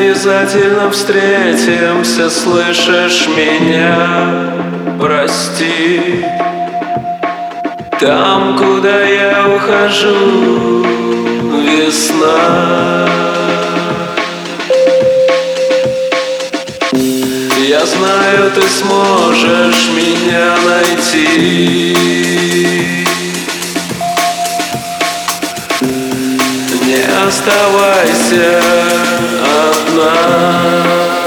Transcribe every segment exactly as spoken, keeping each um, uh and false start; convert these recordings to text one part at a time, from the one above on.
обязательно встретимся, слышишь меня? Прости. Там, куда я ухожу, весна. Я знаю, ты сможешь меня найти. Не оставайся одна.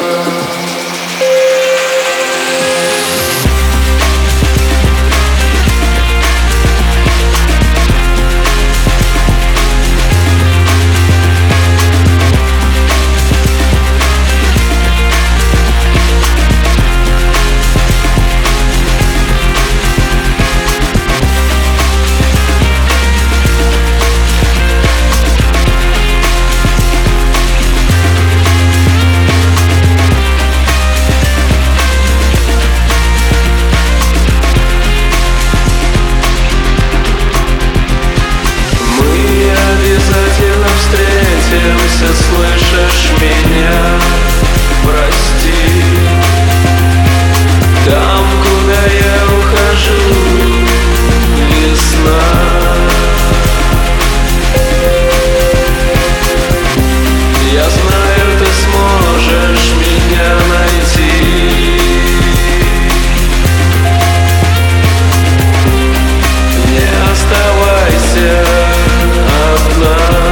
Слышишь меня? Прости. Там, куда я ухожу, весна. Я знаю, ты сможешь меня найти. Не оставайся одна.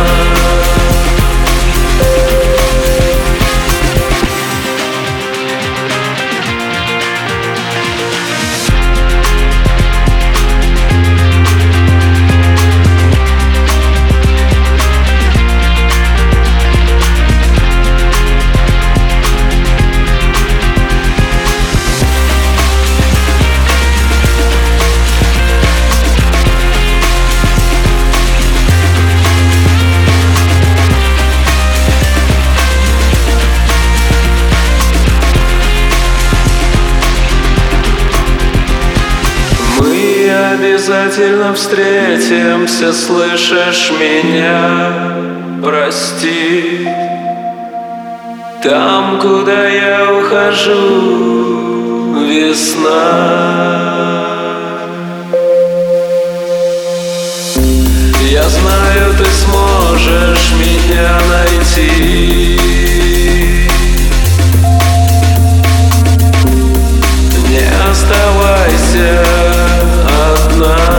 Обязательно встретимся, слышишь меня? Прости. Там, куда я ухожу, весна. Я знаю, ты сможешь меня найти. Не оставайся одна.